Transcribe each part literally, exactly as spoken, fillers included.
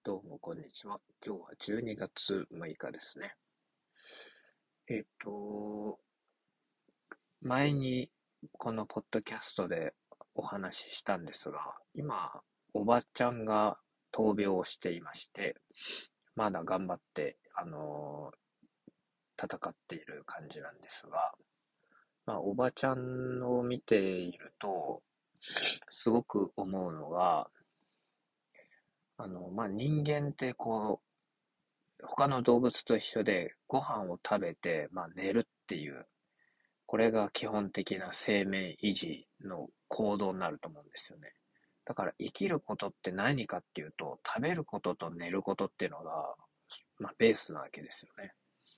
どうもこんにちは。今日はじゅうにがつむいかですね。えっと、前にこのポッドキャストでお話ししたんですが、今、おばちゃんが闘病をしていまして、まだ頑張って、あの戦っている感じなんですが、まあ、おばちゃんを見ていると、すごく思うのが、あの、まあ、人間ってこう、他の動物と一緒でご飯を食べて、まあ、寝るっていう、これが基本的な生命維持の行動になると思うんですよね。だから生きることって何かっていうと、食べることと寝ることっていうのが、まあ、ベースなわけですよね。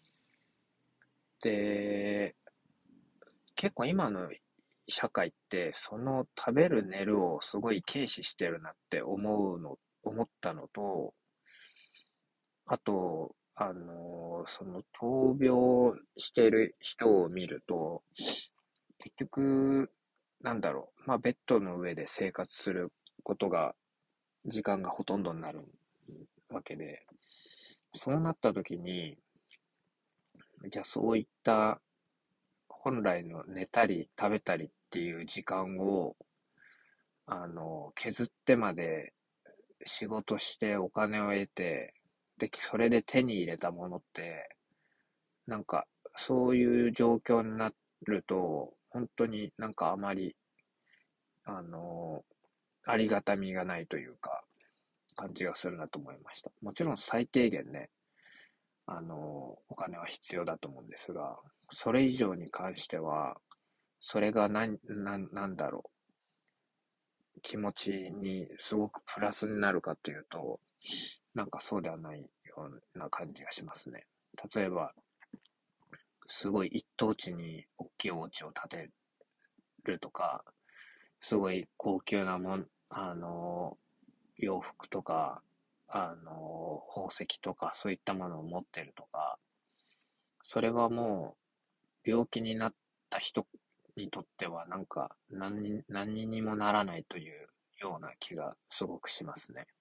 で、結構今の社会って、その食べる寝るをすごい軽視してるなって思うの、思ったのと、あと、あの、その闘病してる人を見ると、結局、なんだろう、まあ、ベッドの上で生活することが、時間がほとんどになるわけで、そうなった時に、じゃあそういった本来の寝たり食べたりっていう時間を、あの、削ってまで仕事してお金を得て、で、それで手に入れたものって、なんか、そういう状況になると、本当になんかあまり、あの、ありがたみがないというか、感じがするなと思いました。もちろん最低限ね、あの、お金は必要だと思うんですが、それ以上に関しては、それが何、なんなんだろう、気持ちにすごくプラスになるかというと、なんかそうではないような感じがしますね。例えば、すごい一等地に大きいお家を建てるとか、すごい高級なもん、あの、洋服とか、あの、宝石とか、そういったものを持ってるとか、それはもう、病気になった人にとっては、なんか、何に、何ににもならないというような気がすごくしますね。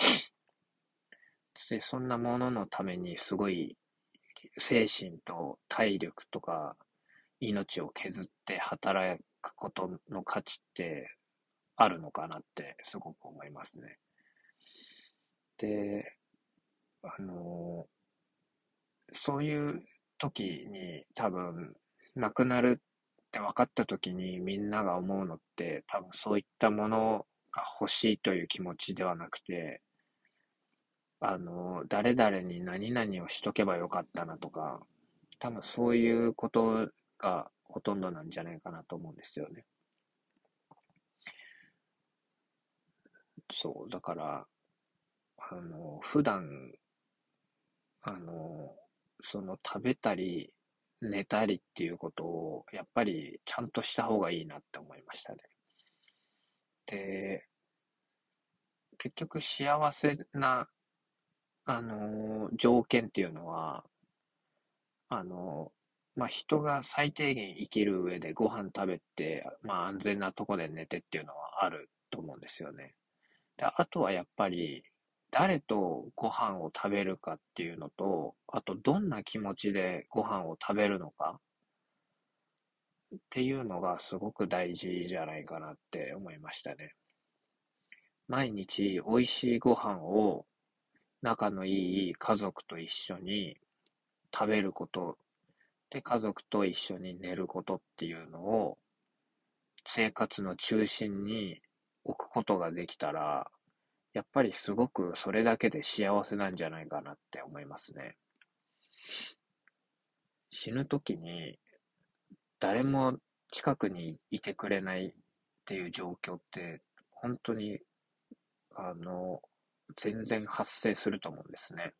で、そんなもののために、すごい、精神と体力とか、命を削って働くことの価値ってあるのかなってすごく思いますね。で、あのそういう時に多分、亡くなるって分かった時にみんなが思うのって、多分そういったものが欲しいという気持ちではなくて、あの、誰々に何々をしとけばよかったなとか、多分そういうことがほとんどなんじゃないかなと思うんですよね。そう、だから、あの、普段、あの、その食べたり、寝たりっていうことを、やっぱりちゃんとした方がいいなって思いましたね。で、結局幸せな、あの、条件っていうのは、あの、まあ、人が最低限生きる上でご飯食べて、まあ、安全なとこで寝てっていうのはあると思うんですよね。で、あとはやっぱり、誰とご飯を食べるかっていうのと、あとどんな気持ちでご飯を食べるのかっていうのがすごく大事じゃないかなって思いましたね。毎日美味しいご飯を仲のいい家族と一緒に食べることで、家族と一緒に寝ることっていうのを生活の中心に置くことができたら、やっぱりすごくそれだけで幸せなんじゃないかなって思いますね。死ぬ時に誰も近くにいてくれないっていう状況って本当にあの全然発生すると思うんですね。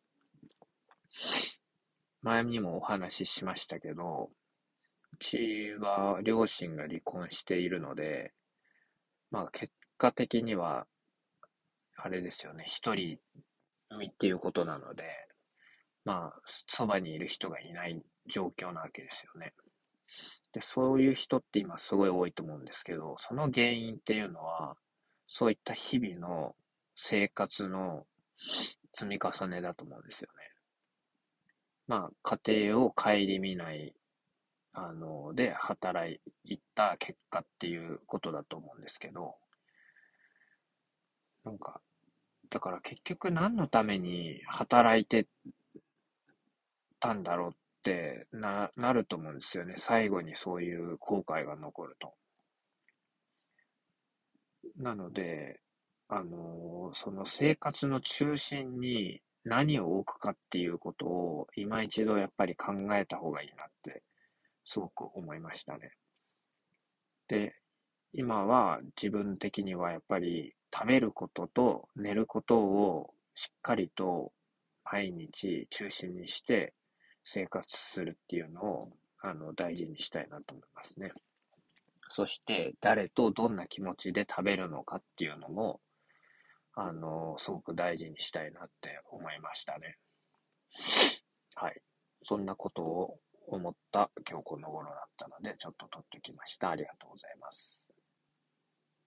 前にもお話ししましたけど、うちは両親が離婚しているので、まあ結果的にはあれですよね、一人身っていうことなので、まあそばにいる人がいない状況なわけですよね。で、そういう人って今すごい多いと思うんですけど、その原因っていうのは、そういった日々の生活の積み重ねだと思うんですよね。まあ、家庭を顧みない、あの、で働いた結果っていうことだと思うんですけど、なんか、だから結局何のために働いてたんだろうってな、なると思うんですよね。最後にそういう後悔が残ると。なので、あの、その生活の中心に何を置くかっていうことを今一度やっぱり考えた方がいいなってすごく思いましたね。で、今は自分的にはやっぱり食べることと寝ることをしっかりと毎日中心にして生活するっていうのをあの大事にしたいなと思いますね。そして誰とどんな気持ちで食べるのかっていうのもあのすごく大事にしたいなって思いましたね。はい。そんなことを思った今日この頃だったのでちょっと撮ってきました。ありがとうございます。